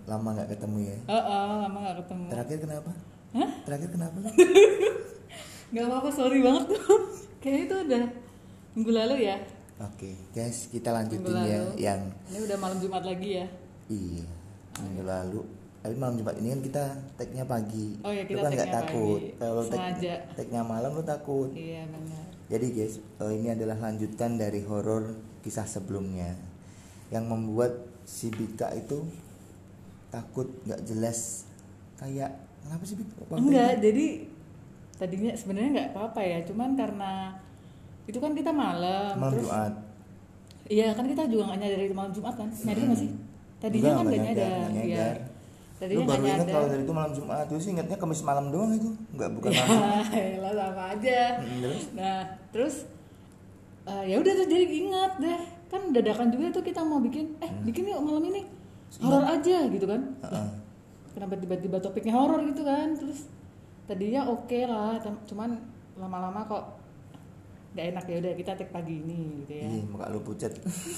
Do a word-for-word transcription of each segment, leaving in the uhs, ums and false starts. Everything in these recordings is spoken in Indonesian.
lama nggak ketemu ya. Oh, oh, lama nggak ketemu. Terakhir kenapa? Hah? Terakhir kenapa? Gak apa-apa, sorry banget tuh. Kayaknya itu udah minggu lalu ya. Oke, guys, kita lanjutin Minggu ya lalu. yang Ini udah malam Jumat lagi ya. iya minggu lalu. Tapi malam Jumat ini kan kita tag-nya pagi. Oh iya, Lu kita kan nggak tag-nya takut. pagi. Kalau tag Sengaja. tag-nya malam lu takut. Iya benar. Jadi guys, eh, ini adalah lanjutan dari horor kisah sebelumnya yang membuat si Bika itu takut, nggak jelas. Kayak kenapa sih Bika? Apa Enggak, jadi tadinya sebenarnya nggak apa-apa ya, cuman karena itu kan kita malam, malam terus Jumat. iya kan kita juga nggak nyadar itu malam Jumat kan, nyadar nggak sih? Tadinya Enggak, kan nggak nggak nyadar, nyadar, nggak iya. nyadar. Tadinya Lu nggak baru ingat nyadar. kalau dari itu malam Jumat. Terus ingatnya Kamis malam doang itu, nggak bukan malam. Ya, lah sama aja. Mm, terus? Nah, terus eh, ya udah terus jadi ingat deh, kan dadakan juga tuh kita mau bikin, eh bikin yuk malam ini horor aja gitu kan? Heeh. Kenapa tiba-tiba topiknya horor gitu kan? Terus tadinya oke lah, tem- cuman lama-lama kok nggak enak, ya udah kita take pagi ini gitu ya. Iya, muka lu pucat.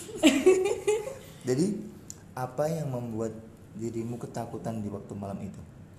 Jadi apa yang membuat dirimu ketakutan di waktu malam itu?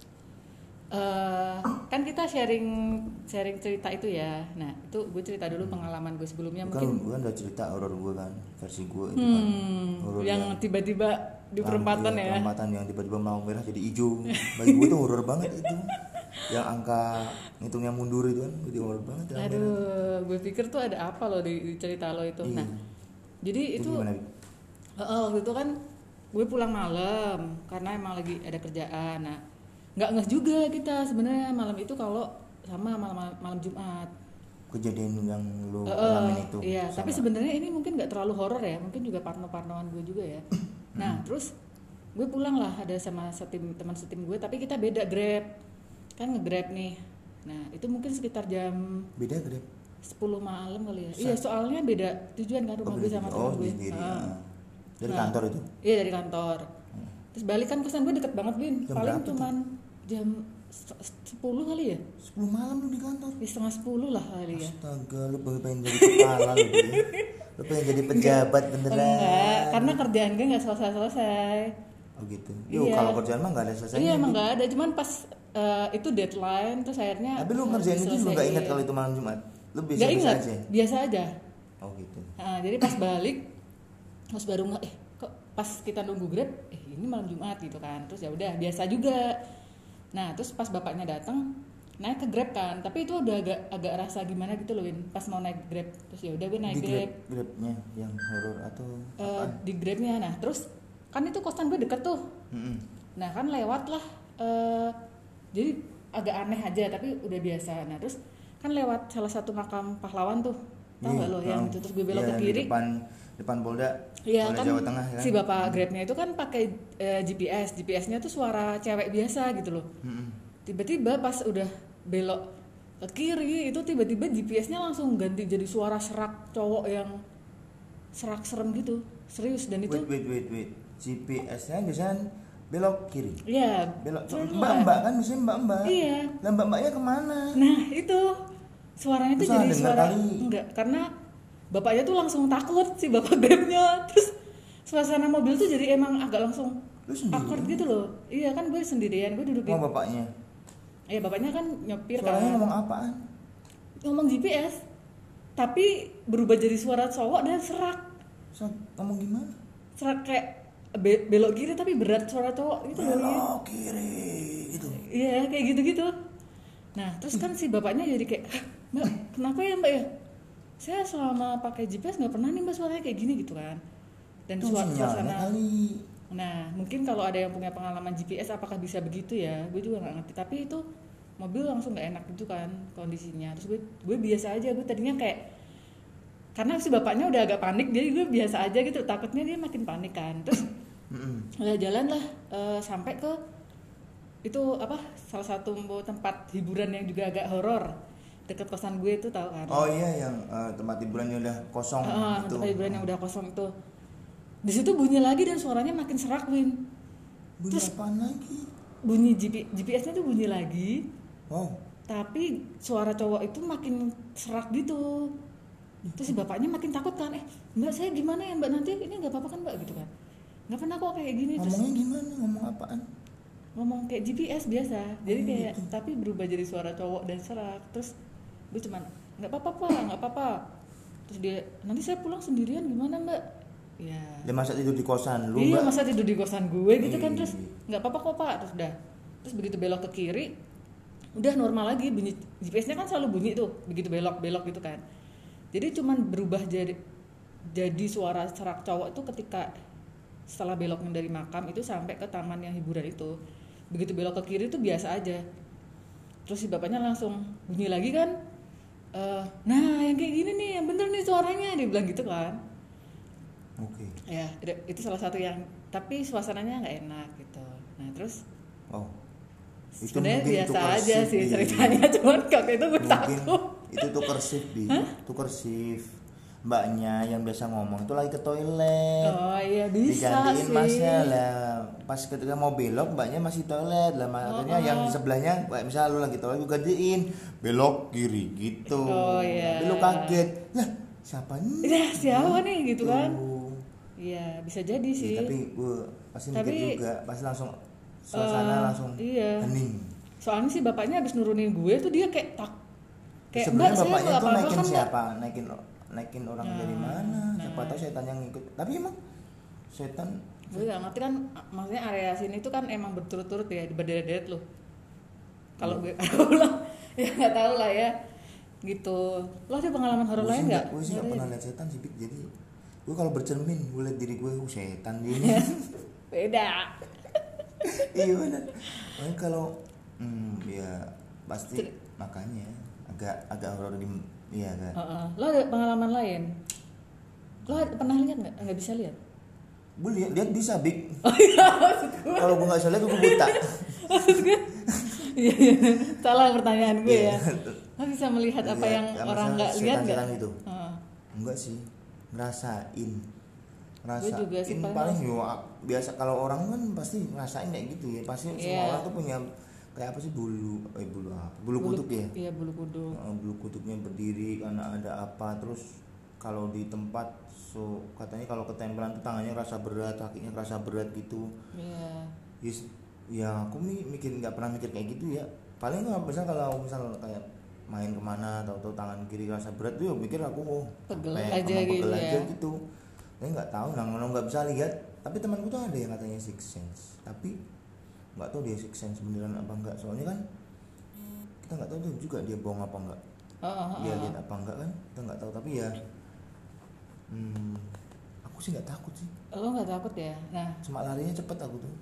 Eh, kan kita sharing sharing cerita itu ya. Nah itu gue cerita dulu pengalaman gue sebelumnya Bukan, mungkin. bukan udah cerita horor gue kan, versi gue itu kan. Hmm, Horor yang tiba-tiba di perempatan iya, ya. perempatan yang tiba-tiba lampu merah jadi hijau. Bagi gue tuh horor banget itu. Yang angka ngitungnya mundur itu kan, jadi horor banget. lampu merah. Aduh, gue pikir tuh ada apa loh di, di cerita lo itu. Iya. Nah, jadi Itu itu gimana? Heeh, waktu itu kan gue pulang malam karena emang lagi ada kerjaan. Nah, nggak ngeh juga kita sebenarnya malam itu kalau sama malam malam Jumat. Kejadian yang lu Heeh, alamin itu. iya, sama. tapi sebenarnya ini mungkin nggak terlalu horor ya, mungkin juga parno-parnoan gue juga ya. Nah, terus gue pulang lah ada sama setim teman setim gue, tapi kita beda Grab. Kan nge-Grab nih. Nah, itu mungkin sekitar jam Beda Grab. sepuluh malam kali ya. Sa- Iya, soalnya beda tujuan kan rumah Oh, gue beda sama juga. teman Oh, gue. sendiri. Heeh. ah. Dari Nah, kantor itu. Iya, dari kantor. Terus balik kan kosan gue deket banget, Bin. Jam Paling berapa tuh? cuman jam se- sepuluh kali ya. sepuluh malam lu di kantor. Di setengah sepuluh lah kali ya. Astaga, lu pengen jadi kepala lu. Bin. Lu pengen jadi pejabat beneran. Enggak, karena kerjaan gue nggak selesai-selesai. Oh gitu. Yo, Iya. kalau kerjaan mah enggak ada selesainya. Iya, emang Bin. nggak ada. Cuman pas eh, itu deadline, terus akhirnya Tapi lu harus ngerjain itu lu enggak diselesaiin. ingat kalau itu malam Jumat. Lu Nggak biasa-biasa ingat, aja. biasa aja. Oh gitu. Nah, jadi pas balik, terus baru nggak, eh kok pas kita nunggu Grab, eh ini malam Jumat gitu kan. Terus ya udah biasa juga. Nah, terus pas bapaknya datang, naik ke Grab kan, tapi itu udah agak agak rasa gimana gitu loh, Win. Pas mau naik Grab, terus ya udah gue naik Di Grab. Grab, Grabnya yang horor atau Eh, apaan? di Grabnya, nah terus kan itu kosan gue deket tuh. Mm-mm. Nah kan lewat lah, eh, jadi agak aneh aja tapi udah biasa. Nah terus kan lewat salah satu makam pahlawan tuh, tau Iya, nggak lo yang tahu. itu, terus gue belok Iya, ke yang di kiri. depan depan Polda. Iya Polda kan, Jawa Tengah ya. si bapak Grabnya itu kan pakai eh, G P S, G P S-nya tuh suara cewek biasa gitu loh. Mm-mm. Tiba-tiba pas udah belok ke kiri itu tiba-tiba G P S-nya langsung ganti jadi suara serak cowok yang serak serem gitu, serius. Dan itu Wait, wait, wait, wait. G P S-nya biasanya belok kiri. iya Belok serius lah. mbak-mbak kan biasanya mbak-mbak. Iya. Lah mbak-mbaknya kemana? Nah itu suaranya itu Terus jadi salah dengar suara kali. enggak, karena bapaknya tuh langsung takut si bapak Grabnya. Terus suasana mobil tuh jadi emang agak langsung Lu sendiri? awkward gitu loh. Iya kan gue sendirian, gue duduk di Oh, bapaknya. Iya bapaknya kan nyopir Suaranya kan ngomong apaan? ngomong G P S tapi berubah jadi suara cowok dan serak So, ngomong gimana? serak kayak be- belok kiri tapi berat suara cowok gitu loh. Iya. Belok kiri gitu. Iya kayak gitu-gitu. Nah terus kan si bapaknya jadi kayak, "Hah, Mbak kenapa ya Mbak ya? Saya selama pakai G P S nggak pernah nih Mbak suaranya kayak gini gitu kan." Dan Itu suara sinyalnya suasana. kali. Nah mungkin kalau ada yang punya pengalaman G P S apakah bisa begitu ya? Gue juga nggak ngerti. Tapi itu mobil langsung nggak enak gitu kan kondisinya. Terus gue gue biasa aja. Gue tadinya kayak karena si bapaknya udah agak panik, jadi gue biasa aja gitu. Takutnya dia makin panik kan. Terus Mm-mm. udah jalan lah eh, sampai ke itu apa salah satu tempat hiburan yang juga agak horor deket kosan gue itu tahu kan. Oh iya yang eh, tempat hiburannya udah kosong Ah, itu. tempat hiburan yang udah kosong itu. Di situ bunyi lagi dan suaranya makin serak, Win. Bunyi Terus apaan lagi? bunyi G P, G P S-nya tuh bunyi lagi, Oh, tapi suara cowok itu makin serak gitu. Terus si bapaknya makin takut kan, eh Mbak saya gimana ya Mbak nanti ini nggak apa-apa kan Mbak gitu kan. nggak pernah kok kayak gini. Terus Ngomongnya gimana? Ngomong apaan? ngomong kayak G P S biasa, jadi Oh, kayak gitu. tapi berubah jadi suara cowok dan serak. Terus gue cuman nggak apa-apa pak, nggak apa-apa. Terus dia, nanti saya pulang sendirian gimana mbak? Ya. Dia masa tidur di kosan lu, Iya Mbak? masa tidur di kosan gue gitu kan. Ih. Terus nggak apa-apa kok pak. Terus udah, terus begitu belok ke kiri udah normal lagi, bunyi G P S-nya kan selalu bunyi tuh begitu belok-belok gitu kan. Jadi cuman berubah jadi jadi suara serak cowok itu ketika setelah beloknya dari makam itu sampai ke taman yang hiburan itu. Begitu belok ke kiri itu biasa aja. Terus si bapaknya langsung bunyi lagi kan, e, nah yang kayak gini nih yang bener nih suaranya, dia bilang gitu kan. Oke. Ya itu salah satu yang, tapi suasananya nggak enak gitu. Nah terus Oh. Itu sebenarnya mungkin biasa tuker aja shift sih di- ceritanya, cuman waktu itu gue Mungkin takut. itu tuker shift di, tuker shift. Mbaknya yang biasa ngomong itu lagi ke toilet. Oh iya bisa Digantiin sih. masnya lah. Pas ketika mau belok mbaknya masih toilet lah. Makanya Oh, yang oh. di sebelahnya, kayak misalnya lu lagi toilet, lu gantiin belok kiri gitu. Oh, iya. Tapi lu kaget. Lah, siapa nih? Ya siapa nih gitu kan? Tuh. Iya bisa jadi Ya, sih. tapi gue pasti mikir Tapi, juga, pasti langsung suasana eh, langsung iya. hening. Soalnya sih bapaknya habis nurunin gue tuh dia kayak tak kayak Sebenarnya "Mbak, saya bapaknya nggak tuh apa-apa naikin kan, Mbak?" siapa? Naikin naikin orang Nah, dari mana? Siapa nah. tahu setan yang ngikut. Tapi emang setan Gue gak ngerti kan, maksudnya area sini tuh kan emang berturut-turut ya, berderet-deret loh. Kalau gue ulang ya nggak tahu lah ya gitu. Lo ada pengalaman horor gue sih lain nggak? Gue sih nggak Nggak pernah ada lihat setan sih, Pik. Jadi gue kalau bercermin gue lihat diri gue, uh, setan ini. ya? Beda. Iya benar. Makanya kalau hmm, ya pasti makanya agak agak horor di, iya agak. Uh-uh. Lo ada pengalaman lain? Lo ada, pernah lihat nggak? Nggak bisa lihat? Gue lihat lihat bisa, Bik. Oh iya maksud gue. Kalau gue nggak bisa lihat gue buta. Maksud gue. Iya, iya. Salah pertanyaan gue ya. Iya. Lo bisa melihat apa Lihat, yang ya, orang masalah nggak lihat nggak? setan-setan itu. Uh. Enggak sih, ngerasain. Ngerasain juga sih, paling paling yo, biasa kalau orang kan pasti ngerasain kayak gitu ya. Pasti semua Iya. orang tuh punya kayak apa sih, bulu eh bulu apa? Bulu, kutub ya. Iya bulu kuduk. Eh, Bulu kutubnya berdiri karena ada apa, terus kalau di tempat so katanya kalau ketempelan tuh tangannya rasa berat, kakinya rasa berat gitu. Iya. Yes, ya aku nih mikir nggak pernah mikir kayak gitu ya. Paling nggak misal kalau misal kayak main kemana tahu-tahu tangan kiri rasa berat tuh ya mikir aku oh Pegel kayak aja emang gitu pegel ya. aja gitu. Saya nggak tahu, nah kalau nggak bisa lihat. Tapi temanku tuh ada yang katanya six sense, tapi nggak tahu dia six sense beneran apa enggak. Soalnya kan kita nggak tahu tuh juga dia bohong apa enggak, Oh, oh, oh, dia oh. lihat apa enggak kan kita nggak tahu. Tapi ya hmm, aku sih nggak takut sih, Lo nggak takut ya? Nah, cuma larinya cepet aku tuh.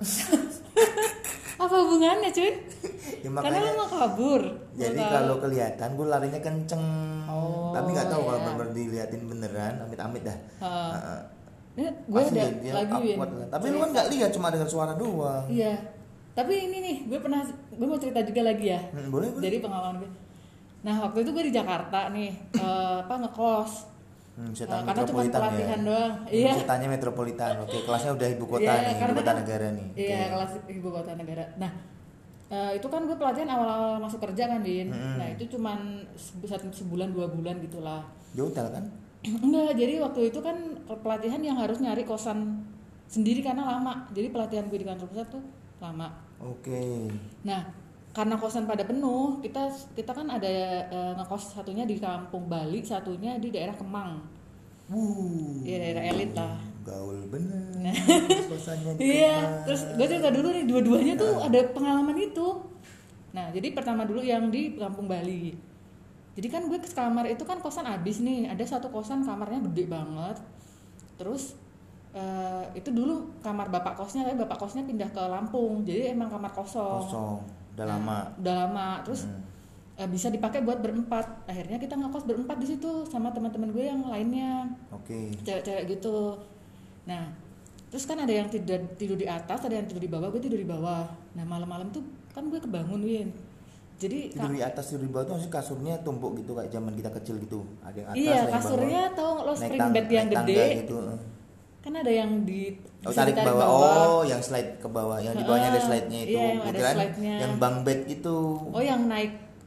apa hubungannya cuy? Ya, Karena lo mau kabur. jadi Mau kalau kelihatan gue larinya kenceng. Oh, tapi nggak tahu iya. kalau benar diliatin beneran, amit-amit dah. Heeh. Heeh. Ini gue Pasti ada dia lagi Win. awkward lah. Tapi lu kan nggak lihat, cuma dengar suara doang. Iya. Tapi ini nih, gue pernah, gue mau cerita juga lagi ya. Hmm, boleh boleh. Jadi pengalaman gue. Nah waktu itu gue di Jakarta nih, eh, apa ngekos. Hmm, Eh, setan karena cuma metropolitan pelatihan ya. doang. Hmm, Iya. Setannya metropolitan. Oke, kelasnya udah ibu kota Iya, nih, ibu karena kota kan- negara nih. Iya, Oke. kelas ibu kota negara. Nah, eh, itu kan gue pelatihan awal-awal masuk kerja kan, Din. Mm-mm. Nah, itu cuman se- satu sebulan dua bulan gitulah. Di hotel kan? Enggak, jadi waktu itu kan pelatihan yang harus nyari kosan sendiri karena lama. Jadi pelatihan gue di kantor pusat tuh lama. Oke. Nah, karena kosan pada penuh, kita kita kan ada eh, ngekos satunya di Kampung Bali, satunya di daerah Kemang. Wuh. Iya, daerah elit lah. Gaul bener. Kosannya di Iya, Kemang. terus gue cerita dulu nih, dua-duanya tuh ada pengalaman itu. Nah, jadi pertama dulu yang di Kampung Bali. Jadi kan gue ke kamar itu kan kosan abis nih, ada satu kosan kamarnya gede banget. Terus eh, itu dulu kamar bapak kosnya, tapi bapak kosnya pindah ke Lampung, jadi emang kamar kosong. Kosong. Udah Nah, lama. Udah lama. Terus Hmm. eh, bisa dipakai buat berempat. Akhirnya kita ngekos berempat di situ sama teman-teman gue yang lainnya, Oke. cewek-cewek gitu. Nah, terus kan ada yang tidur tidur di atas, ada yang tidur di bawah. Gue tidur di bawah. Nah, malam-malam tuh kan gue kebangun, Win. Jadi Tidur di atas, tidur di bawah tuh maksudnya kasurnya tumpuk gitu kayak zaman kita kecil gitu. Ada yang atas, iya, ada yang kasurnya bawah. tau lo Naik spring tang- bed yang naik gede. tangga gitu. Kan ada yang di Oh, bisa tarik ke ditarik bawah. Oh, yang slide ke bawah. Yang di bawahnya ada Heeh, slide-nya itu. iya, yang Gua ada kirain slide-nya. yang bunk bed itu. Oh, yang naik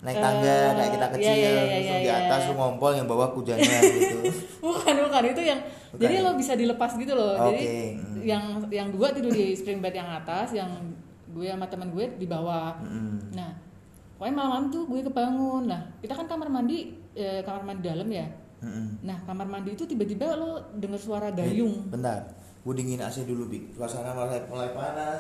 naik tangga Eh, kayak kita iya, kecil, iya, iya, terus iya, di iya. atas lu ngompol yang bawah kujannya gitu. bukan bukan itu yang Bukan jadi ya? lo bisa dilepas gitu loh. Jadi Oke, hmm. yang yang dua tidur di spring bed yang atas, yang gue sama teman gue di bawah. Hmm. Nah, pokoknya malam-malam tuh gue kebangun. Nah, kita kan kamar mandi eh, kamar mandi dalam ya. Hmm. Nah, kamar mandi itu tiba-tiba lo dengar suara Eh, gayung. bentar, gue dingin A C dulu, Bik. Suasana mulai mulai panas.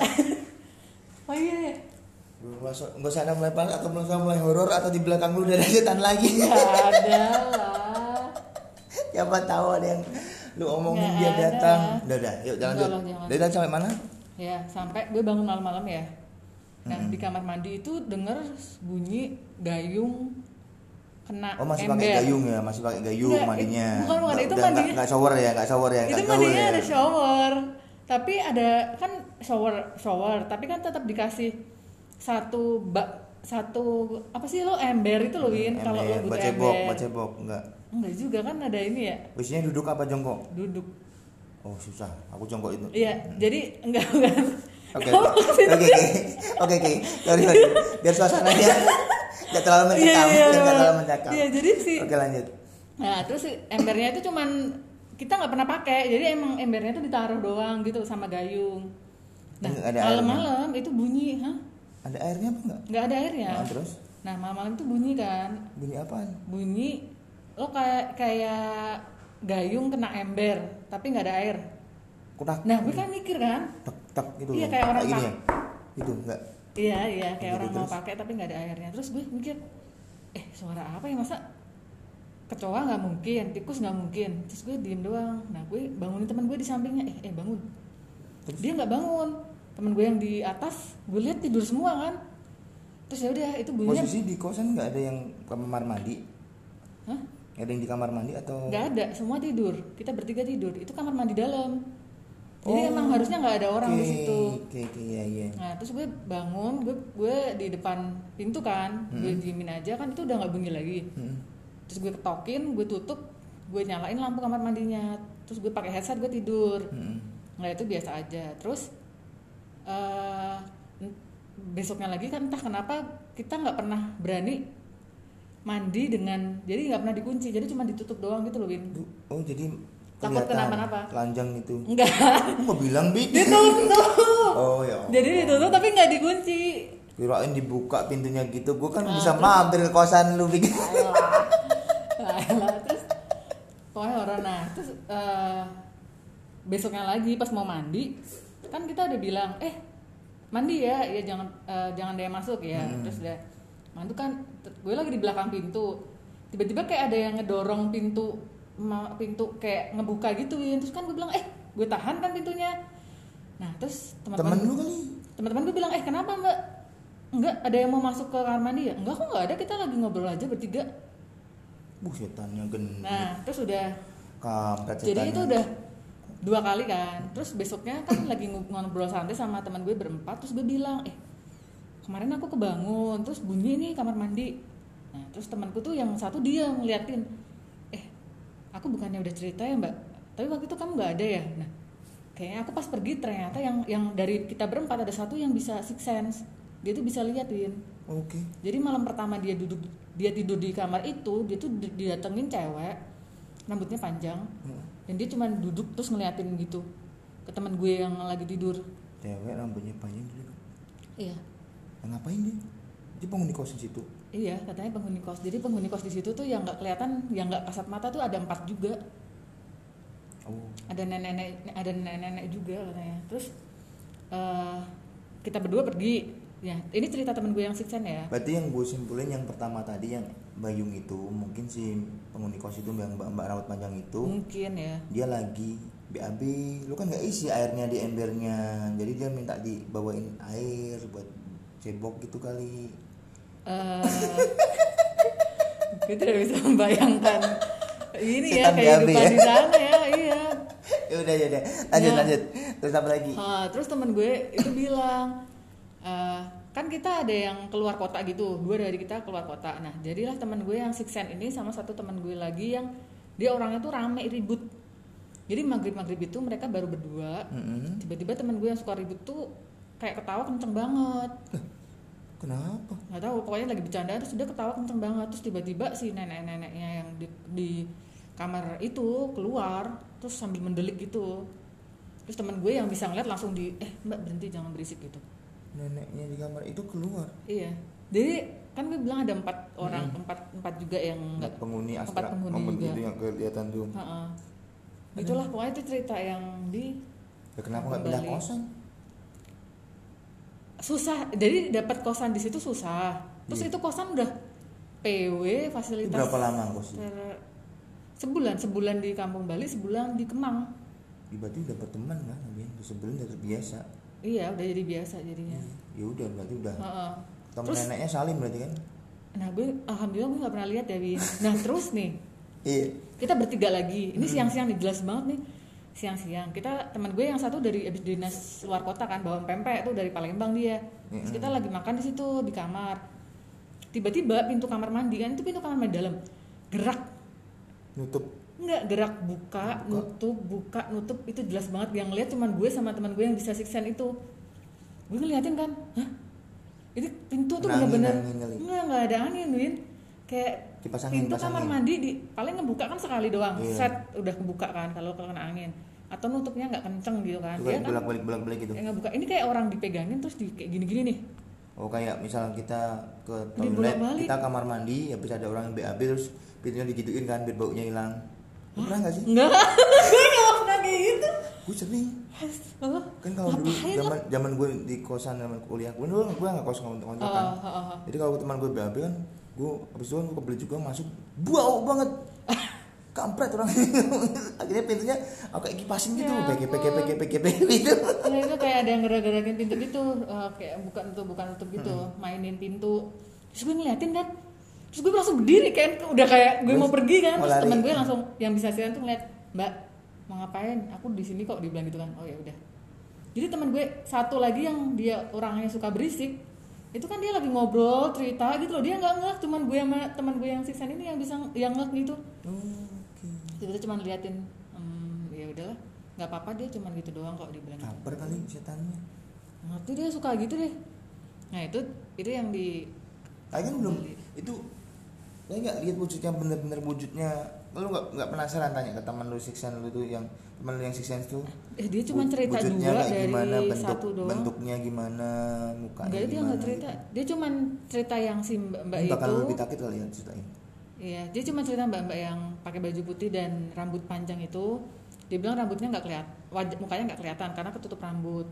Oh iya, ya. Enggak sana mulai panas atau mulai mulai horor atau di belakang lu udah ada setan lagi. Nggak ada lah. Siapa tahu ada yang lu omongin Nggak dia ada. datang. Udah udah, yuk jalan Enggak yuk. lah, jangan. Dari tadi sampai mana? Ya, sampai gue bangun malam-malam ya. Nah, Mm-mm. di kamar mandi itu denger bunyi gayung kena Oh masih ember. pakai gayung ya, masih pakai gayung Nggak, mandinya. bukan, bukan, Nggak- itu udah mandinya. nggak- nggak shower ya, nggak shower ya, Itu nggak gaul mandinya ya. ada shower. Tapi ada kan shower shower, tapi kan tetap dikasih satu bak satu apa sih lo ember itu lo Win, kalau lo butuh bacebok, ember. bacebok enggak. Enggak juga kan ada ini ya, Biasanya duduk apa jongkok? duduk. Oh susah, aku jongkok itu. Iya, jadi enggak enggak. Oke, Kalau oke, ke situ- oke, oke, oke, oke. Sorry, sorry. Biar suasananya nggak terlalu Iya, mencekam, iya, biar nggak iya. terlalu mencekam. Iya, jadi sih. Oke lanjut. Nah, terus si embernya itu cuman kita nggak pernah pakai, jadi emang embernya itu ditaruh doang gitu sama gayung. Nah, Nggak ada malam-malam itu bunyi, hah? Ada airnya apa enggak? Nggak ada airnya. Nah, terus Nah, malam-malam itu bunyi kan, bunyi apaan? bunyi lo kayak kayak gayung kena ember, tapi nggak ada air. Kutak. Nah, gue kan mikir kan, tak tak gitu. Iya, kayak orang gini pak- ya. Itu enggak. iya iya kayak Gitu, orang mau terus? pakai tapi nggak ada airnya. Terus gue mikir, eh suara apa ya, masa kecoa nggak mungkin, tikus nggak mungkin. Terus gue diem doang. Nah, gue bangunin teman gue di sampingnya, eh eh bangun. Terus? Dia nggak bangun. Temen gue yang di atas, gue lihat tidur semua kan. Terus ya udah itu bunyinya Posisi di kosan nggak ada yang kamar mandi? Hah? Nggak ada yang di kamar mandi atau? Nggak ada, semua tidur. Kita bertiga tidur. Itu kamar mandi dalam. Jadi Oh, emang harusnya nggak ada orang Oke, di situ. Oke, oke, iya, iya. Nah, terus gue bangun, gue gue di depan pintu kan, gue Hmm. diemin aja kan, itu udah nggak bunyi lagi. Hmm. Terus gue ketokin, gue tutup, gue nyalain lampu kamar mandinya. Terus gue pakai headset, gue tidur. Hmm. Nah, itu biasa aja. Terus eh, besoknya lagi kan entah kenapa kita nggak pernah berani mandi dengan, jadi nggak pernah dikunci, jadi cuma ditutup doang gitu loh, Win. Oh jadi Takut kelihatan kenapa-napa. telanjang itu. Enggak, Aku nggak bilang Bi. ditutup. Oh ya. Jadi ditutup tapi nggak dikunci. Kirain dibuka pintunya gitu. Gue kan Nah, bisa terus- mampir ke kosan lu bikin. Alah, terus pokoknya orang. Nah, terus eh, besoknya lagi pas mau mandi kan kita udah bilang, eh mandi ya, ya jangan eh, jangan dia masuk ya. Hmm. Terus udah mandu kan, t- gue lagi di belakang pintu, tiba-tiba kayak ada yang ngedorong pintu, ma- pintu kayak ngebuka gitu, Win. Terus kan gue bilang, eh gue tahan kan pintunya. Nah, terus Temen teman-teman lu kali. teman-teman gue bilang, eh kenapa mbak? Enggak, ada yang mau masuk ke kamar mandi ya? Enggak kok, nggak ada, kita lagi ngobrol aja bertiga. Buh setannya gendut. Nah, terus udah, Kampret jadi setannya. itu udah dua kali kan. Terus besoknya kan lagi ngobrol santai sama teman gue berempat. Terus gue bilang, eh kemarin aku kebangun, terus bunyi nih kamar mandi. Nah, terus temanku tuh yang satu dia ngeliatin, eh aku bukannya udah cerita ya mbak, tapi waktu itu kamu nggak ada ya. Nah, kayaknya aku pas pergi ternyata yang yang dari kita berempat ada satu yang bisa six sense. Dia tuh bisa liatin. Oke. Jadi malam pertama dia duduk, dia tidur di kamar itu, dia tuh di- didatengin cewek, rambutnya panjang, Hmm. dan dia cuma duduk terus ngeliatin gitu ke teman gue yang lagi tidur. Cewek rambutnya panjang gitu. Iya, Yang ngapain dia? Dia penghuni kosan situ. iya katanya penghuni kos. Jadi penghuni kos di situ tuh yang nggak kelihatan, yang nggak kasat mata tuh ada empat juga. Oh. Ada nenek-nenek, ada nenek-nenek juga katanya. Terus eh, kita berdua pergi. Ya, ini cerita temen gue yang siksen ya. Berarti yang gue simpulin yang pertama tadi yang Bayung itu mungkin si penghuni kos itu yang mbak mbak rambut panjang itu Mungkin ya. dia lagi B A B, lu kan nggak isi airnya di embernya, jadi dia minta dibawain air buat cebok gitu kali. Eh, gue tidak bisa membayangkan ini ya Setan B A B kehidupan ya? di sana ya, iya. Ya udah ya udah, lanjut Ya. lanjut. Terus apa lagi? Ah, terus temen gue itu bilang, eh, kan kita ada yang keluar kota gitu, dua dari kita keluar kota. Nah, jadilah temen gue yang siksen ini sama satu temen gue lagi yang dia orangnya tuh rame ribut. Jadi maghrib maghrib itu mereka baru berdua. Mm-mm. Tiba-tiba temen gue yang suka ribut tuh kayak ketawa kenceng banget. Kenapa? Nggak tahu, pokoknya lagi bercanda terus dia ketawa kenceng banget, terus tiba-tiba si nenek-neneknya yang di, di kamar itu keluar terus sambil mendelik gitu. Terus teman gue yang bisa ngeliat langsung di eh mbak berhenti jangan berisik gitu. Neneknya di kamar itu keluar. Iya, jadi kan gue bilang ada empat orang, hmm. empat empat juga yang nggak penghuni empat astra penghuni juga itu yang kelihatan tuh. Ha-ha. Itulah pokoknya itu cerita yang di ya, kenapa nggak pindah kosan? Susah, jadi dapat kosan di situ susah. Terus yeah. itu kosan udah P W fasilitas. Itu berapa lama kos? Sebulan, sebulan di Kampung Bali, sebulan di Kemang. Berarti udah berteman kan, sebulan udah terbiasa. Iya, udah jadi biasa jadinya. Ya udah, berarti udah. Ha-ha. Temen terus, neneknya salim berarti kan? Nah gue, alhamdulillah gue nggak pernah lihat ya Win. Nah terus nih, iya. Kita bertiga lagi. Ini siang-siang nih, jelas banget nih. Siang-siang kita teman gue yang satu dari abis dinas luar kota kan, bawa pempek tuh dari Palembang dia. Terus kita lagi makan di situ di kamar. Tiba-tiba pintu kamar mandi kan, itu pintu kamar mandi dalam gerak. Nutup. Enggak, gerak buka, buka, nutup, buka, nutup. Itu jelas banget, yang lihat cuman gue sama teman gue yang bisa six sense itu. Gue ngeliatin kan, hah? Ini pintu tuh benar-benar enggak enggak ada angin, Win. Kayak kipas angin, pintu kamar angin. Mandi di paling ngebuka kan sekali doang, yeah. Set udah kebuka kan kalau kena angin. Atau nutupnya nggak kenceng gitu kan. Dia kan bolak-balik bolak-balik gitu. Yang ngebuka. Ini kayak orang dipegangin terus di kayak gini-gini nih. Oh kayak misalnya kita ke toilet, kita kamar mandi, habis ada orang yang B A B terus pintunya digituin kan biar baunya hilang. Lu pernah nggak sih? Enggak. Gue nggak pernah kayak gitu. Gue sering. Oh, kan kalau dulu zaman zaman gue di kosan zaman kuliah, gue dulu gue nggak kos untuk kontrakan. Oh, oh, oh. Jadi kalau teman gue B A B kan, gue habis itu gue kebeli juga masuk, bau banget. Kampret orang. Akhirnya pintunya aku kayak kipasin gitu, ya, peke peke peke peke peke gitu. Ya itu kayak ada yang gerak-gerakin pintu gitu, uh, kayak bukan tuh bukan tutup gitu, hmm. mainin pintu. Terus gue ngeliatin kan, terus gue langsung berdiri kan, udah kayak gue terus, mau pergi kan, terus teman gue langsung yang bisa siaran tuh ngeliat, Mbak mau ngapain? Aku di sini kok, dibilang gitu kan. Oh ya udah. Jadi teman gue satu lagi yang dia orangnya suka berisik, itu kan dia lagi ngobrol cerita gitu loh, dia nggak ngeh, cuman gue sama teman gue yang siksan ini yang bisa yang ngeh gitu. Hmm. Kita cuma liatin, hmm, ya udahlah, nggak apa-apa dia cuma gitu doang kok dibilang. Caper kali setannya. Ngerti dia suka gitu deh. Nah itu itu yang di. Kayaknya belum itu. Saya nggak lihat wujudnya bener-bener wujudnya. Lu nggak nggak penasaran tanya ke teman lu siksan lu tuh yang teman lu yang siksan tuh. Eh dia cuma cerita dua dari gimana, bentuk, satu doang. Bentuknya gimana, mukanya. Enggak, dia nggak cerita. Gitu. Dia cuma cerita yang si mbak, mbak itu. Bakal lebih takut kali ya ceritain. Iya, dia cuma cerita mbak-mbak yang pakai baju putih dan rambut panjang itu. Dia bilang rambutnya nggak kelihatan, wajah mukanya nggak kelihatan karena ketutup rambut.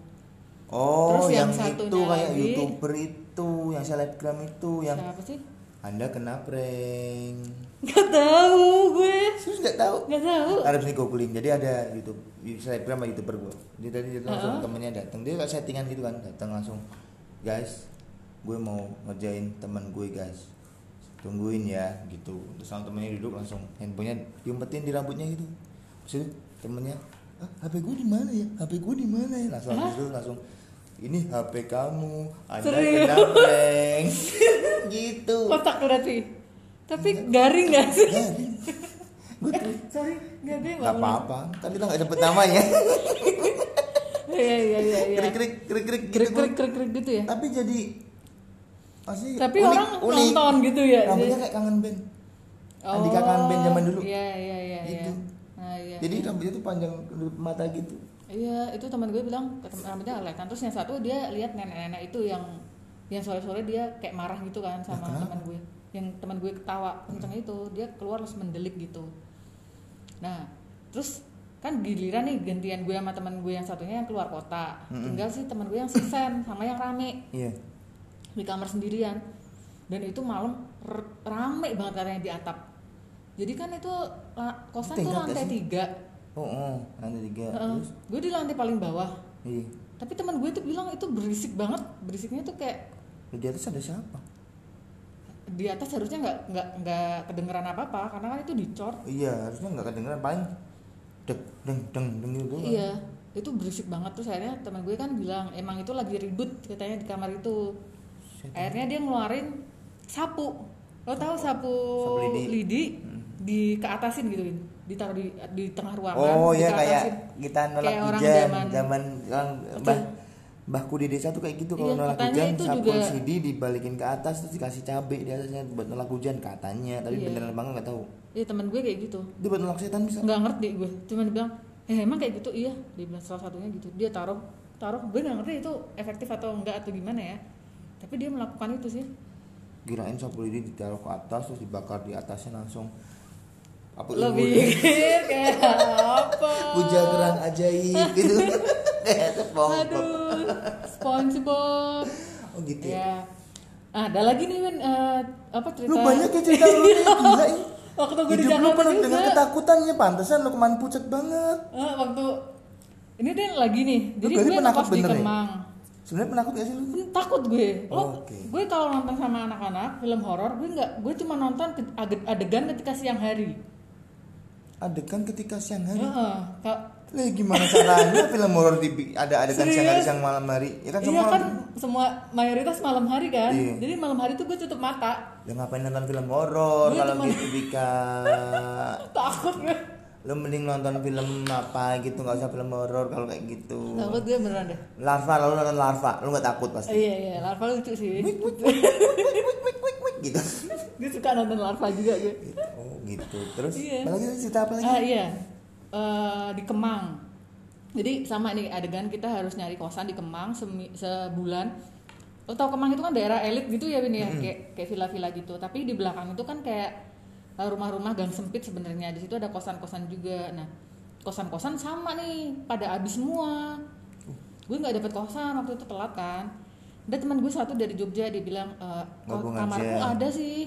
Oh, terus yang, yang itu kayak lagi, YouTuber itu, yang selebgram itu, yang siapa sih? Anda kena prank. Gak tahu gue. Terus nggak tahu. Nggak tahu. Harus nih googling. Jadi ada YouTube, selebgram sama YouTuber gue. Jadi tadi dia langsung uh-huh. temennya datang, dia kayak settingan gitu kan, datang langsung, guys, gue mau ngerjain teman gue guys. Tungguin ya gitu. Terus sama temennya duduk langsung handphonenya diumpetin di rambutnya gitu. Terus itu temennya, ah, H P gue di mana ya? H P gue di mana ya? Langsung itu langsung ini H P kamu, Anda kena prank. Gitu. Kotak berarti. Tapi garing enggak sih? Garing. Gue tuh sorry, enggak gue enggak apa-apa. Kan kita enggak sebut namanya. Iya iya iya iya. Krik-krik krik-krik krik-krik gitu ya. Tapi jadi Masih tapi unik, orang unik. nonton gitu ya. Rambutnya kayak kangen band. Oh, Andika kangen band zaman dulu. Iya iya iya gitu. Iya. Nah, iya. Jadi iya. Rambutnya tuh panjang ke mata gitu. Iya, itu teman gue bilang rambutnya kelihatan. Terus yang satu dia lihat nenek-nenek itu yang yang sore-sore dia kayak marah gitu kan sama nah, teman gue. Yang teman gue ketawa kenceng hmm. itu, dia keluar terus mendelik gitu. Nah, terus kan giliran nih gantian gue sama teman gue yang satunya yang keluar kota. Hmm. Tinggal sih teman gue yang sisen sama yang rame. Iya. Di kamar sendirian. Dan itu malam r- rame banget katanya di atap. Jadi kan itu la- kosan tuh lantai tiga. Oh, oh, lantai tiga. Uh, Terus? Gue di lantai paling bawah. Iya. Tapi teman gue tuh bilang itu berisik banget. Berisiknya tuh kayak. Di atas ada siapa? Di atas harusnya nggak nggak nggak kedengeran apa apa karena kan itu dicor. Iya, harusnya nggak kedengeran paling deg deng deng deng gitu. Iya, itu berisik banget. Terus akhirnya teman gue kan bilang emang itu lagi ribut katanya di kamar itu. Akhirnya dia ngeluarin sapu. Lo tahu sapu, sapu lidi, lidi hmm. di keatasin gitu, ditaruh di di tengah ruangan. Oh iya kayak kita nolak hujan zaman zaman okay. Mbahku di desa tuh kayak gitu, kalau Iya, nolak katanya hujan itu sampul juga- C D dibalikin ke atas terus dikasih cabai di atasnya buat nolak hujan katanya, tapi Iya. beneran banget nggak tahu. Iya teman gue kayak gitu. Dia buat nolak setan bisa. Nggak ngerti gue, cuman bilang eh emang kayak gitu, iya dia bilang salah satunya gitu, dia taruh taruh gue nggak ngerti itu efektif atau enggak atau gimana ya, tapi dia melakukan itu sih. Kirain sampul ini ditaruh ke atas terus dibakar di atasnya langsung apa Lo unggul. pikir kayak apa? Puja kerang ajaib gitu. Kayak SpongeBob. Aduh, SpongeBob. Oh gitu ya. Ya. Ah, ada lagi nih Win, eh, apa cerita? Lu banyak ya cerita lu nih, gila ini. Waktu gue di Hidup lu Jakarta penuh juga. dengan ketakutannya, pantesan lu kemarin pucat banget. Ah, waktu ini deh lagi nih, Lu jadi berarti gue penakut ngekos di bener ya? Kemang. Sebenarnya penakut gak sih lu? Hmm, takut gue. Lo, Oh, oke. gue kalau nonton sama anak-anak film horor, gue nggak, gue cuma nonton ke- ade- adegan ketika siang hari. Adegan ketika siang hari. Heeh, ka- Lah gimana caranya film horor di ada adegan siang hari Serius? siang malam hari? Ya kan iya semua. kan semua mayoritas malam hari kan. Iya. Jadi malam hari tuh gue tutup mata. Ya ngapain nonton film horor Gue kalau cuma- gitu Bika? Takut gue. Lu mending nonton film apa gitu, nggak usah film horor kalau kayak gitu. Takut gue beneran deh. Larva, lalu nonton larva, lu nggak takut Eh, pasti. iya iya, larva lucu sih. Wik wik wik wik wik wik wik gitu. Gue suka nonton larva juga gue. Oh gitu. Terus Iya. apa lagi cerita apa lagi? Ah iya, Eh, di Kemang. Jadi sama nih adegan kita harus nyari kosan di Kemang semi, sebulan. Lo tau Kemang itu kan daerah elit gitu ya Bin ya, Mm-hmm. kayak kayak villa-villa gitu. Tapi di belakang itu kan kayak eh, rumah-rumah gang sempit sebenarnya. Di situ ada kosan-kosan juga. Nah kosan-kosan sama nih, pada habis semua. Gue nggak dapet kosan waktu itu, telat kan. Ada teman gue satu dari Jogja, dia bilang e, Gabung kamarku aja. ada sih,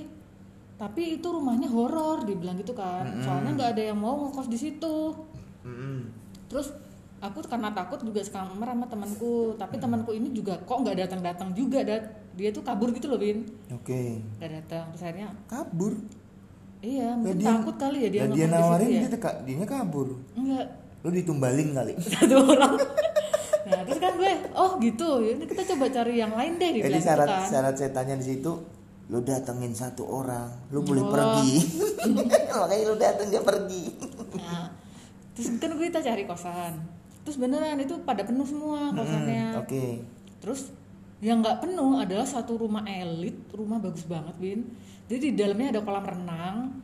tapi itu rumahnya horor, dia bilang gitu kan. Mm-mm. Soalnya nggak ada yang mau ngekos di situ. Mm-mm. Terus aku karena takut juga sekamar sama temanku, tapi temanku ini juga kok nggak datang-datang juga, dat dia tuh kabur gitu loh Bin, Oke. nggak datang. Terus akhirnya Kabur. iya mungkin Lah dia- takut kali ya dia lah ngekos dia di situ nawarin ya. dia teka, dianya kabur. Enggak, Lu ditumbalin kali. satu orang. Nah terus kan gue oh gitu ya udah kita coba cari yang lain deh, dia Jadi bilang gitu syarat kan. syarat setannya di situ lu datengin satu orang, lu boleh Oh. pergi. Makanya lu dateng dia pergi. Nah, terus kan gue kita cari kosan. Terus beneran itu pada penuh semua kosannya. Mm-mm, Oke. Terus yang nggak penuh adalah satu rumah elit, rumah bagus banget Bin. Jadi di dalamnya ada kolam renang,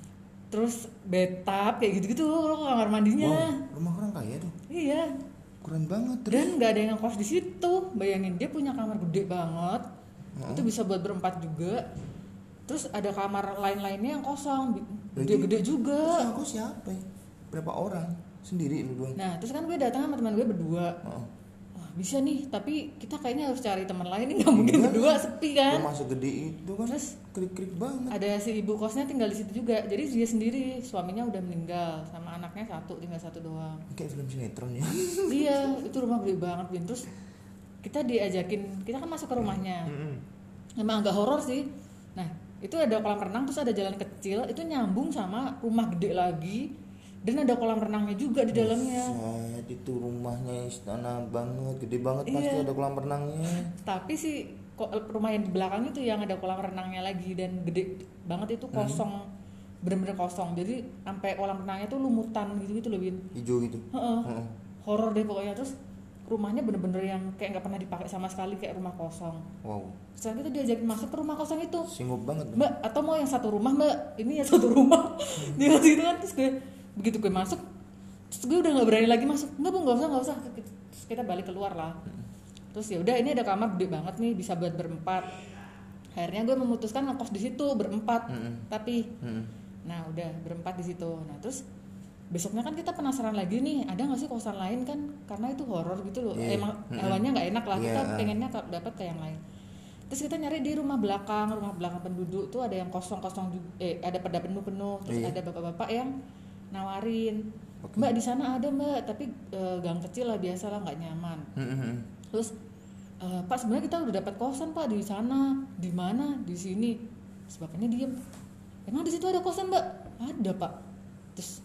terus bathtub kayak gitu-gitu loh kamar mandinya. Wow, rumah orang kaya tuh. Iya. Keren banget terus. Dan nggak ada yang ngekos di situ. Bayangin dia punya kamar gede banget. Oh. Itu bisa buat berempat juga. Terus ada kamar lain-lainnya yang kosong, Berarti- gede-gede juga. Terus aku siapa ya? Berapa orang? Sendiri lu doang. Nah, terus kan gue datang sama teman gue berdua. Heeh. Wah, bisa nih, tapi kita kayaknya harus cari teman lain, ini nggak mungkin Iya. berdua sepi kan. Rumah segede itu kan. Terus krik-krik banget. ada si ibu kosnya tinggal di situ juga. Jadi dia sendiri, suaminya udah meninggal, sama anaknya satu, tinggal satu doang. Kayak film sinetron ya. Iya, itu rumah gede banget Bin. Terus kita diajakin, kita kan masuk ke rumahnya. Mm-mm. Emang agak horor sih. Nah, itu ada kolam renang, terus ada jalan kecil, itu nyambung sama rumah gede lagi. Dan ada kolam renangnya juga di dalamnya. Buset, itu rumahnya istana banget, gede banget Iya. pasti ada kolam renangnya. Tapi sih kok rumah yang di belakang itu yang ada kolam renangnya lagi dan gede banget itu kosong, bener-bener kosong. Jadi sampai kolam renangnya tuh lumutan gitu-gitu loh Bin. Hijau gitu. Heeh. Heeh. Horor deh pokoknya. Terus rumahnya bener-bener yang kayak nggak pernah dipakai sama sekali, kayak rumah kosong. Wow, Setelah itu diajakin masuk ke rumah kosong itu. singgup banget. Mbak, atau mau yang satu rumah Mbak, ini yang satu rumah. Dia ngasih gitu kan, terus gue begitu gue masuk, terus gue udah nggak berani lagi masuk. Nggak bu, nggak usah nggak usah. Terus kita balik keluar lah. Terus ya udah, ini ada kamar gede banget nih, bisa buat berempat. Akhirnya gue memutuskan ngekos di situ berempat. Mm-mm. Tapi, Mm-mm. nah udah berempat di situ. Nah terus besoknya kan kita penasaran lagi nih, ada nggak sih kosan lain kan? Karena itu horor gitu loh. Iya. Emang Mm-mm. hewannya nggak enak lah. Kita Iya. pengennya ke- dapat ke yang lain. Terus kita nyari di rumah belakang, rumah belakang penduduk tuh ada yang kosong-kosong juga, eh ada pada penuh-penuh, terus Iya. ada bapak-bapak yang nawarin, Oke. Mbak di sana ada Mbak, tapi eh, gang kecil lah biasa lah nggak nyaman. Mm-mm. Terus "Eh, Pak sebenarnya kita udah dapat kosan Pak di sana, di mana, di sini. Terus bapaknya diem, emang di situ ada kosan Mbak? Ada Pak. Terus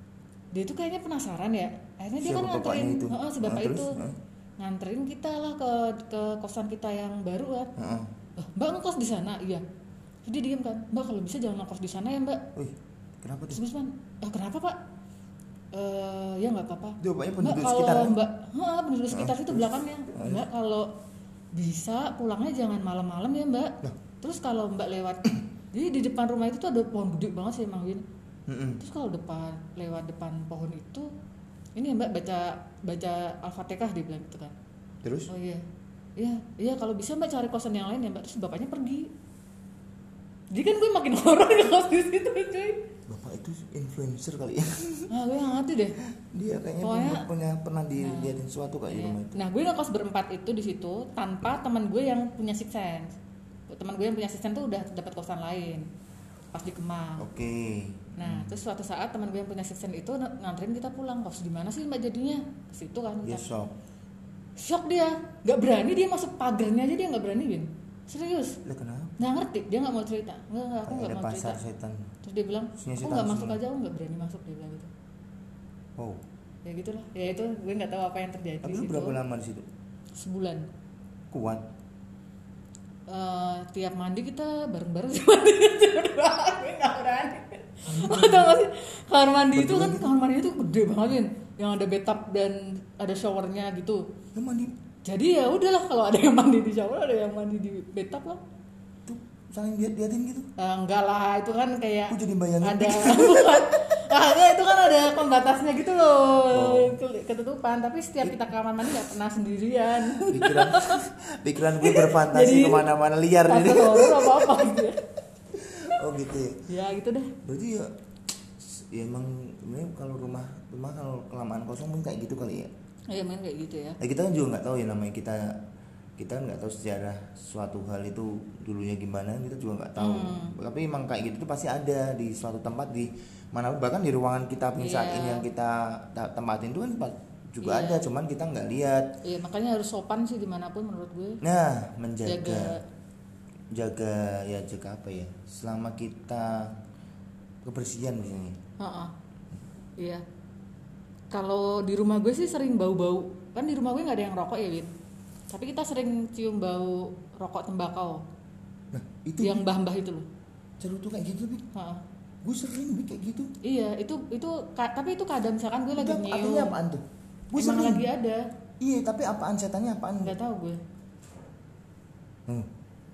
dia itu kayaknya penasaran ya, akhirnya dia Siapa kan nganterin, bapaknya itu? Heeh, si Ah, bapak terus? itu Ah. nganterin kita lah ke ke kosan kita yang baru kan. Heeh. "Oh, Mbak ngekos di sana?" Iya. Terus dia diem kan, "Mbak kalau bisa jangan ngekos di sana ya Mbak." Wih, kenapa Terus tuh? Gusman, "Ah, kenapa Pak?" Eh, ya nggak apa-apa. Dia bapaknya Mbak penduduk kalau sekitar kan? mbak, ha, penduduk sekitar itu terus? belakangnya. Mbak kalau bisa pulangnya jangan malam-malam ya mbak. Lah. Terus kalau mbak lewat, jadi di depan rumah itu tuh ada pohon gede banget sih emang Win. Mm-mm. Terus kalau depan lewat depan pohon itu, ini ya mbak baca baca Al-Fatihah dia bilang gitu kan. Terus? Oh iya, iya, iya kalau bisa mbak cari kosan yang lain ya mbak. Terus bapaknya pergi. Jadi kan gue makin horor di kos di situ cuy. Bapak itu influencer kali ya. Ah gue nggak ngerti deh. Dia kayaknya Pokoknya- punya pernah dilihatin sesuatu kayak di Iya. rumah itu. Nah gue ngekos berempat itu di situ tanpa teman gue yang punya six sense. Teman gue yang punya six sense tuh udah dapat kosan lain pas di Kemang. Oke. Nah terus suatu saat teman gue yang punya six sense itu ng- nganterin kita pulang. Kos di mana sih mbak jadinya? Ke situ kan. Dia kita. shock. Shock dia, nggak berani dia masuk pagarnya aja dia nggak berani Win. Serius. Lah kenapa? Nggak ngerti, dia nggak mau cerita. Nggak, nggak, aku Kayak nggak ada mau pasar cerita. setan. Terus dia bilang, Isinya aku setan nggak masuk semua. aja, aku nggak berani masuk dia bilang gitu. Wow. Ya gitulah. Ya itu gue nggak tahu apa yang terjadi Tapi di lu situ. berapa lama di situ? Sebulan. Kuat. Eh, tiap mandi kita bareng-bareng sih mandinya berdua. Gue nggak berani. Atau nggak sih kamar mandi itu kan kamar mandi itu gede banget Win. Yang ada bathtub dan ada showernya gitu. Lu mandi Jadi ya udahlah kalau ada yang mandi di shower ada yang mandi di bathtub lah. tuh saling lihat liatin gitu. Eh, enggak lah itu kan kayak Aku jadi bayangin. ada bukan ah, enggak, itu kan ada pembatasnya gitu loh Oh. ke- ketutupan tapi setiap kita ke kamar mandi nggak pernah sendirian Pikiran pikiran gue berfantasi Jadi, kemana-mana liar takut gitu. horor apa apa gitu ya. Oh gitu ya. Ya gitu deh. Berarti ya, ya emang ini kalau rumah rumah kalau kelamaan kosong mungkin kayak gitu kali ya. Iya main kayak gitu ya. Nah, kita kan juga nggak tahu ya namanya kita kita kan nggak tahu sejarah suatu hal itu dulunya gimana, kita juga nggak tahu. Hmm. Tapi emang kayak gitu tuh pasti ada di suatu tempat di mana, bahkan di ruangan kita saat Iya. ini yang kita ta- tempatin itu kan pa- juga Iya. ada, cuman kita nggak lihat. Iya makanya harus sopan sih dimanapun menurut gue. Nah, menjaga Jaga. jaga ya jaga apa ya? Selama kita kebersihan di sini. Heeh. Iya. Kalau di rumah gue sih sering bau-bau. Kan di rumah gue nggak ada yang rokok ya Win. Tapi kita sering cium bau rokok tembakau Nah, itu yang mbah-mbah itu loh. cerutu kayak gitu, Bi. Heeh. Gue sering Bi, kayak gitu. Iya, itu itu ka- tapi itu kadang misalkan gue lagi Itu nyium. artinya apaan tuh? Gue Emang sering. lagi ada. Iya, tapi apaan setannya apaan? Nggak tahu gue. Hmm.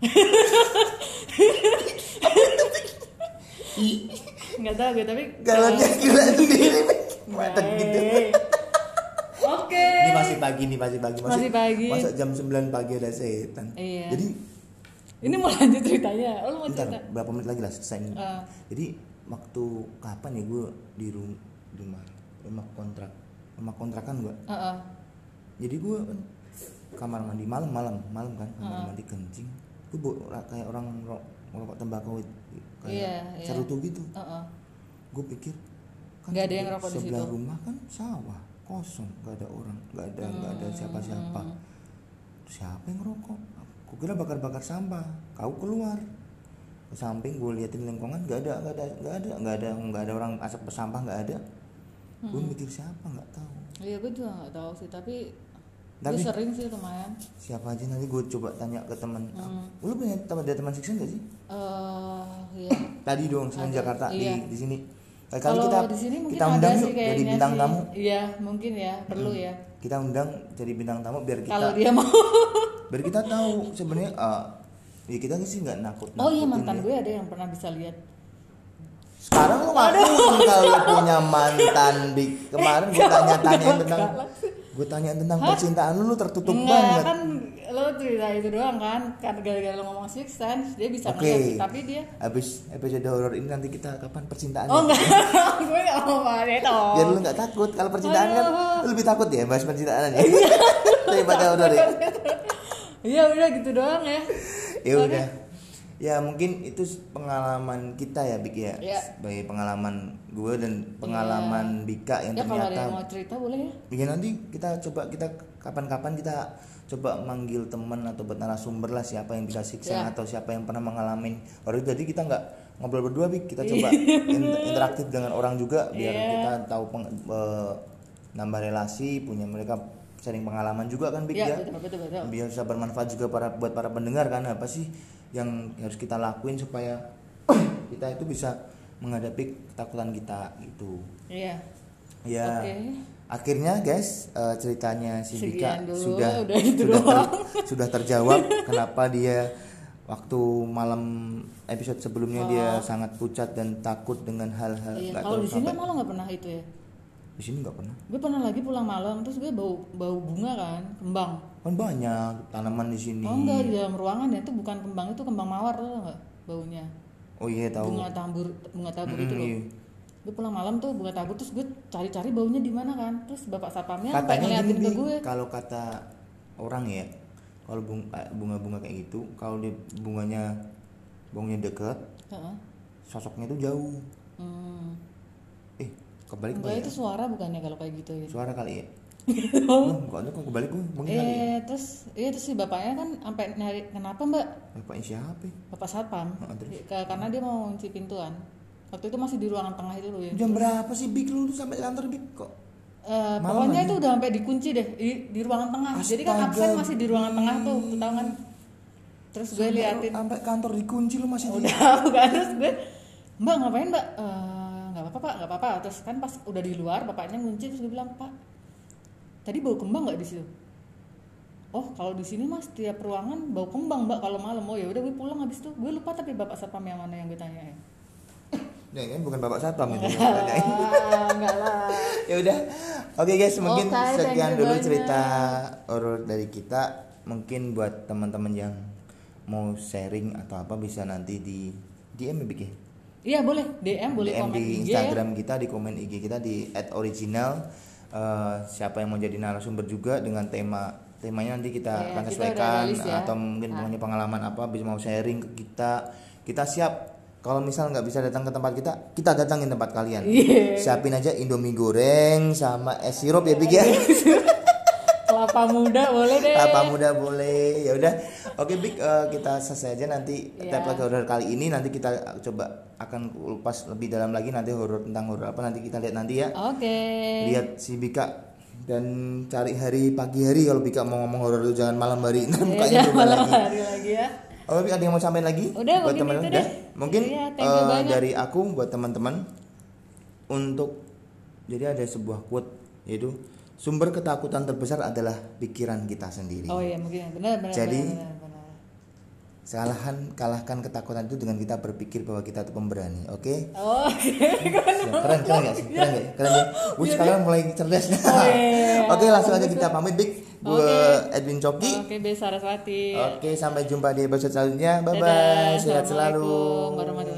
Nggak tahu gue tapi Galonnya gila sendiri. Mata gitu. Baik. Oke. Ini masih pagi nih, masih pagi. Masih pagi. Masa jam sembilan pagi ada setan. Iya. Jadi Ini mau lanjut ceritanya. Oh, lu mau bentar, cerita? berapa menit lagi lah selesai ini. Ah. Jadi waktu kapan ya gue di rum- rumah rumah kontrak, rumah kontrakan gue. Heeh. Jadi gue kan kamar mandi malam malam malam kan kamar Ah. mandi kencing. Gue bo- kayak orang ro- ngerokok tembakau kayak Iya, iya. cerutu gitu. Heeh. Gue pikir kan Nggak ada yang sebelah- ngerokok di sebelah situ. rumah kan sawah kosong, nggak ada orang, nggak ada nggak ada siapa-siapa. Hmm. Siapa yang ngerokok? Aku kira bakar-bakar sampah. Kau keluar ke samping, gue liatin lingkungan, nggak ada nggak ada nggak ada nggak ada nggak ada orang asap sampah, nggak ada. Gue mikir siapa, nggak tahu. Iya, gue juga nggak tahu sih, tapi, Tapi- gue sering sih lumayan. Siapa aja, nanti gue coba tanya ke teman. Hmm. Lu punya teman, ada teman siksen gak sih? Eh, iya. Tadi dong sebelum Ada, Jakarta iya. di di sini. Kali kali Kalau kita di sini mungkin kita ada undang sih yuk kayaknya jadi bintang sih. tamu. Iya, mungkin ya, perlu ya. Kita undang jadi bintang tamu biar kita Kalau dia mau. biar kita tahu sebenarnya eh, ya kita sih nggak nakut. Oh iya, mantan gue ada yang pernah bisa lihat. Sekarang lu ngakuin kalau lu punya mantan di kemarin gue tanya-tanya tentang gue tanya tentang percintaan lu, lu tertutup Enggak, banget. kan lo cerita itu doang kan. Karena gara-gara lo ngomong six sense, dia bisa Oke. ngeliat, tapi dia Habis episode horor ini nanti kita kapan percintaan? Oh enggak, gue gak mau bahas itu. Biar lu nggak takut. Kalau percintaan kan Aduh. lu lebih takut ya bahas percintaan ya. Daripada horor ya. Iya udah gitu doang ya. Ya udah. Ya mungkin itu pengalaman kita ya Bik ya. Iya. Sebagai pengalaman gue dan pengalaman Bika yang Ya kalau ada ternyata. yang mau cerita boleh ya. Ya nanti kita coba kita kapan-kapan kita coba manggil teman atau buat narasumber lah siapa yang bisa siksa Ya. atau siapa yang pernah mengalami horor. Jadi kita nggak ngobrol berdua Bik, kita Iya. coba in- interaktif dengan orang juga biar Iya. kita tahu peng, eh, nambah relasi, punya mereka sharing pengalaman juga kan Bik ya. Iya betul betul betul. Biar bisa bermanfaat juga para buat para pendengar kan, apa sih yang harus kita lakuin supaya kita itu bisa menghadapi ketakutan kita gitu. Iya. Ya. Oke. Akhirnya guys, uh, ceritanya si Bika Sekian dulu, sudah udah itu sudah ter- doang. sudah terjawab kenapa dia waktu malam episode sebelumnya dia Oh. sangat pucat dan takut dengan hal-hal Iya, nggak kalau tahu di sini sampai- malah nggak pernah itu ya. di sini nggak pernah. Gue pernah lagi pulang malam terus gue bau bau bunga kan, kembang. Kan banyak tanaman di sini. Oh enggak, di dalam ruangan ya, itu bukan kembang, itu kembang mawar tuh enggak baunya. Oh iya tahu. Bunga tabur, bunga tabur itu Mm-mm, loh. iya. Gue pulang malam tuh bunga tabur terus gue cari-cari baunya di mana kan. Terus bapak satpamnya sampai Katanya ngeliatin gini ke Bi, gue. kalau kata orang ya, kalau bung- eh, bunga-bunga kayak gitu, kalau di bunganya bunganya deket, Heeh. sosoknya itu jauh. Hmm. Eh, kebalik Enggak, ya? itu suara bukannya kalau kayak gitu ya. Suara kali ya? Oh, enggak ada kok kebalik gue, mungkin kali ya. Eh, terus iya terus si bapaknya kan sampai nyari kenapa Mbak? Bapaknya siapa? ya? Bapak satpam. Heeh, terus? Ke- karena dia mau kunci pintuan. Waktu itu masih di ruangan tengah itu loh ya. Jam berapa sih Bik lu tuh sampai kantor Bik kok? Eh, Malam pokoknya lagi? itu udah sampai dikunci deh di, di ruangan tengah. Jadi kan Astaga, absen masih di ruangan tengah tuh, Bi. tuh tahu kan? Terus gue Sampai- liatin, sampai kantor dikunci lu masih di. udah bukan terus gue, Mbak ngapain Mbak? "Eh, nggak apa-apa Pak, nggak apa-apa. Terus kan pas udah di luar, bapaknya ngunci terus gue bilang Pak, tadi bau kembang nggak di situ? Oh kalau di sini mas tiap ruangan bau kembang Mbak kalau malam. Oh ya udah gue pulang habis itu. Gue lupa tapi bapak satpam yang mana yang gue tanyain. Ya kan bukan bapak satpam itu. Ah, enggak lah. Ya udah. Oke guys, mungkin Oke, thank sekian you dulu banyak. cerita horor dari kita. Mungkin buat teman-teman yang mau sharing atau apa bisa nanti di D M ya Bik ya? Iya boleh D M, boleh D M komen di I G Instagram kita, di komen I G kita di at original. Eh, siapa yang mau jadi narasumber juga dengan tema temanya nanti kita Iya, akan kita sesuaikan udah ada list ya. atau mungkin Nah. punya pengalaman apa bisa mau sharing ke kita, kita siap. Kalau misal nggak bisa datang ke tempat kita, kita datangin tempat kalian. Iya. Siapin aja Indomie goreng sama es sirup ya Bik ya. Kelapa muda boleh deh. Apa muda boleh. Ya udah. Oke Bik, eh, kita selesai aja nanti Iya. tap lagi horor kali ini, nanti kita coba akan kupas lebih dalam lagi nanti horor tentang horor apa nanti kita lihat nanti ya. Oke. Lihat si Bika dan cari hari pagi hari kalau Bika mau ngomong horor itu jangan malam hari. Ntar mukanya Ya, berubah malam lagi. hari lagi ya. Oh, Bik, ada yang mau sampaikan lagi? Udah, buat mungkin teman-teman itu udah. deh. Mungkin Iya, thank you eh, banyak. dari aku buat teman-teman untuk jadi ada sebuah quote yaitu sumber ketakutan terbesar adalah pikiran kita sendiri. Oh iya mungkin benar benar. Jadi, benar, benar, benar. Kalahkan kalahkan ketakutan itu dengan kita berpikir bahwa kita itu pemberani, oke? Oh, oke. Keren keren nggak sih? Keren nggak? Keren ya? Gue sekarang mulai cerdas. Oh, iya. Oke, langsung aja kita pamit Bik. Gue Oke. Edwin Coki. Oke, Be Saraswati. Oke, sampai jumpa di episode selanjutnya. Bye Dadah. bye. Sehat selalu. Assalamualaikum warahmatullahi